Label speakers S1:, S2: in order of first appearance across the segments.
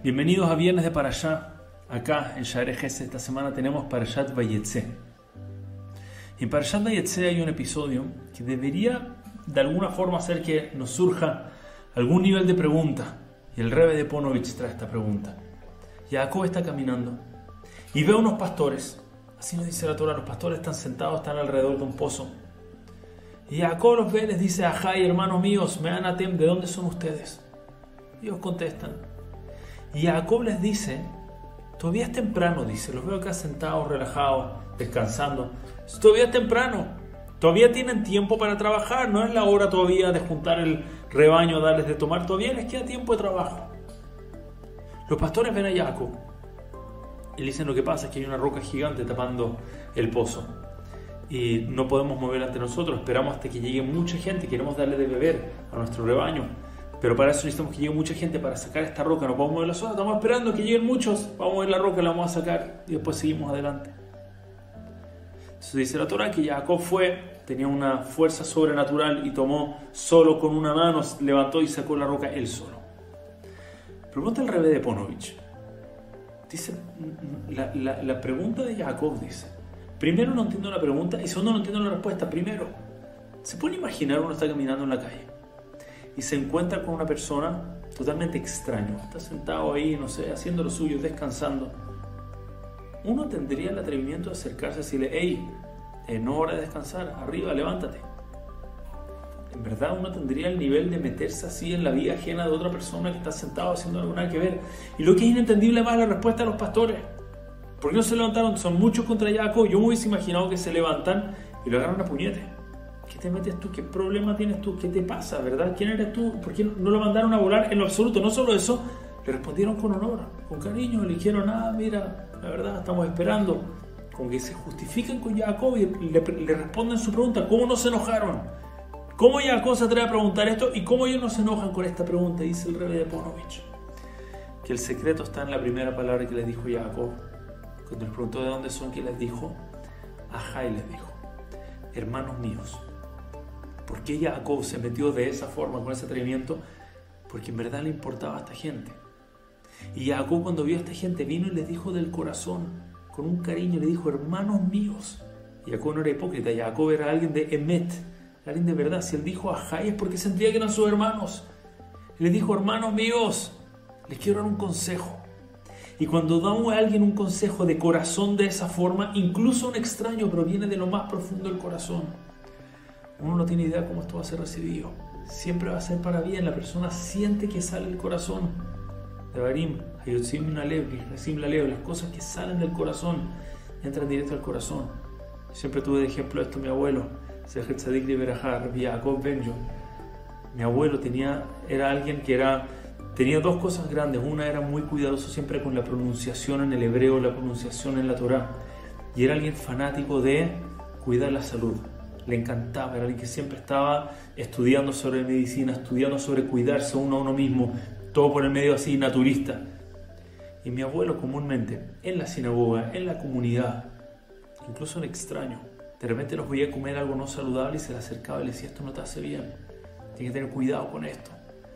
S1: Bienvenidos a Viernes de Parashá. Acá en Shaarei Gesed esta semana tenemos Parashat Vayetze. En Parashat Vayetze hay un episodio que debería de alguna forma hacer que nos surja algún nivel de pregunta. Y el Rebbe de Ponovich trae esta pregunta. Jacob está caminando y ve a unos pastores. Así nos dice la Torah, los pastores están sentados, están alrededor de un pozo. Y Jacob los ve, les dice: Ajay, hermanos míos, Me'anatem, ¿de dónde son ustedes? Ellos contestan. Y Jacob les dice: todavía es temprano, dice, los veo acá sentados, relajados, descansando. Todavía es temprano, todavía tienen tiempo para trabajar, no es la hora todavía de juntar el rebaño, darles de tomar, todavía les queda tiempo de trabajo. Los pastores ven a Jacob y le dicen: lo que pasa es que hay una roca gigante tapando el pozo y no podemos mover ante nosotros, esperamos hasta que llegue mucha gente, queremos darle de beber a nuestro rebaño, pero para eso necesitamos que llegue mucha gente para sacar esta roca, no podemos moverla sola, estamos esperando que lleguen muchos, vamos a mover la roca, la vamos a sacar y después seguimos adelante. Entonces dice la Torah que Jacob tenía una fuerza sobrenatural y tomó solo con una mano, levantó y sacó la roca él solo. Pregunta el Rebbe de Ponovich. Dice, la pregunta de Jacob dice: primero no entiendo la pregunta y segundo no entiendo la respuesta. Primero, ¿se puede imaginar uno está caminando en la calle y se encuentra con una persona totalmente extraña? Está sentado ahí, no sé, haciendo lo suyo, descansando. Uno tendría el atrevimiento de acercarse y decirle: hey, no es hora de descansar, arriba, levántate. En verdad uno tendría el nivel de meterse así en la vida ajena de otra persona que está sentado haciendo algo nada que ver. Y lo que es inentendible más es la respuesta de los pastores. ¿Por qué no se levantaron? Son muchos contra Jacob. Yo me hubiese imaginado que se levantan y lo agarran a puñete. ¿Qué te metes tú? ¿Qué problema tienes tú? ¿Qué te pasa? ¿Verdad? ¿Quién eres tú? ¿Por qué no lo mandaron a volar en lo absoluto? No solo eso, le respondieron con honor, con cariño, le dijeron: mira, la verdad, estamos esperando. Con que se justifiquen con Jacob y le responden su pregunta. ¿Cómo no se enojaron? ¿Cómo Jacob se atreve a preguntar esto? ¿Y cómo ellos no se enojan con esta pregunta? Dice el Rebbe de Ponovich que el secreto está en la primera palabra que les dijo Jacob. Cuando les preguntó de dónde son, que les dijo: Ajay, les dijo, hermanos míos. ¿Por qué Jacob se metió de esa forma, con ese atrevimiento? Porque en verdad le importaba a esta gente. Y Jacob, cuando vio a esta gente, vino y les dijo del corazón, con un cariño, le dijo: hermanos míos. Y Jacob no era hipócrita, Jacob era alguien de emet, alguien de verdad. Si él dijo Ajay es porque sentía que eran sus hermanos. Y le dijo: hermanos míos, les quiero dar un consejo. Y cuando da a alguien un consejo de corazón de esa forma, incluso un extraño, pero viene de lo más profundo del corazón, uno no tiene idea cómo esto va a ser recibido. Siempre va a ser para bien. La persona siente que sale del corazón. Devarim, hayotzim nalev, nesim lalev, las cosas que salen del corazón entran directo al corazón. Siempre tuve de ejemplo esto mi abuelo, Zecher Tzadik Liberajá, Rabbi Jacob Benjo. Mi abuelo era alguien que tenía dos cosas grandes. Una, era muy cuidadoso siempre con la pronunciación en el hebreo, la pronunciación en la Torah. Y era alguien fanático de cuidar la salud. Le encantaba, era alguien que siempre estaba estudiando sobre medicina, estudiando sobre cuidarse uno a uno mismo, todo por el medio así naturista. Y mi abuelo comúnmente, en la sinagoga, en la comunidad, incluso en extraño, de repente los veía comer algo no saludable y se le acercaba y le decía: esto no te hace bien, tienes que tener cuidado con esto.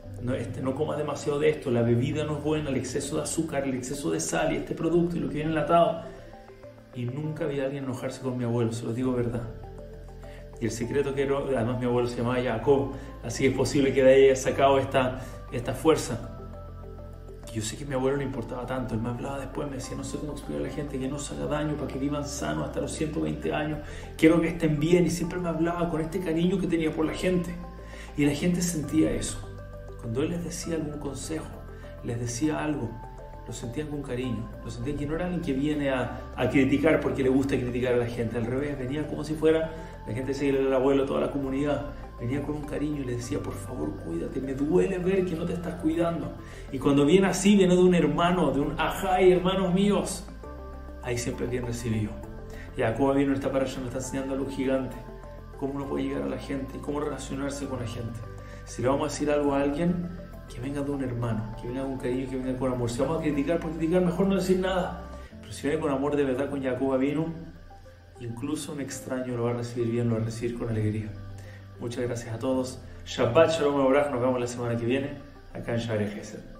S1: No comas demasiado de esto, la bebida no es buena, el exceso de azúcar, el exceso de sal y este producto y lo que viene enlatado. Y nunca vi a alguien enojarse con mi abuelo, se lo digo verdad. Y el secreto que era, además mi abuelo se llamaba Jacob, así que es posible que de ahí haya sacado esta fuerza. Y yo sé que a mi abuelo le importaba tanto. Él me hablaba después, me decía: no sé cómo explicar a la gente que no se haga daño para que vivan sanos hasta los 120 años, quiero que estén bien. Y siempre me hablaba con este cariño que tenía por la gente. Y la gente sentía eso. Cuando él les decía algún consejo, les decía algo, lo sentían con cariño, lo sentían que no era alguien que viene a criticar porque le gusta criticar a la gente. Al revés, venía como si fuera, la gente seguía al abuelo, toda la comunidad, venía con un cariño y le decía: por favor, cuídate, me duele ver que no te estás cuidando. Y cuando viene así, viene de un hermano, de un ajay, hermanos míos, ahí siempre es bien recibido. Y Jacob vino esta parasha, nos está enseñando algo gigante, cómo uno puede llegar a la gente y cómo relacionarse con la gente. Si le vamos a decir algo a alguien, que venga de un hermano, que venga con cariño, que venga con amor. Si vamos a criticar por criticar, mejor no decir nada. Pero si viene con amor de verdad, con Jacob vino, incluso un extraño lo va a recibir bien, lo va a recibir con alegría. Muchas gracias a todos. Shabbat Shalom Abraham. Nos vemos la semana que viene acá en Shaarei Gesed.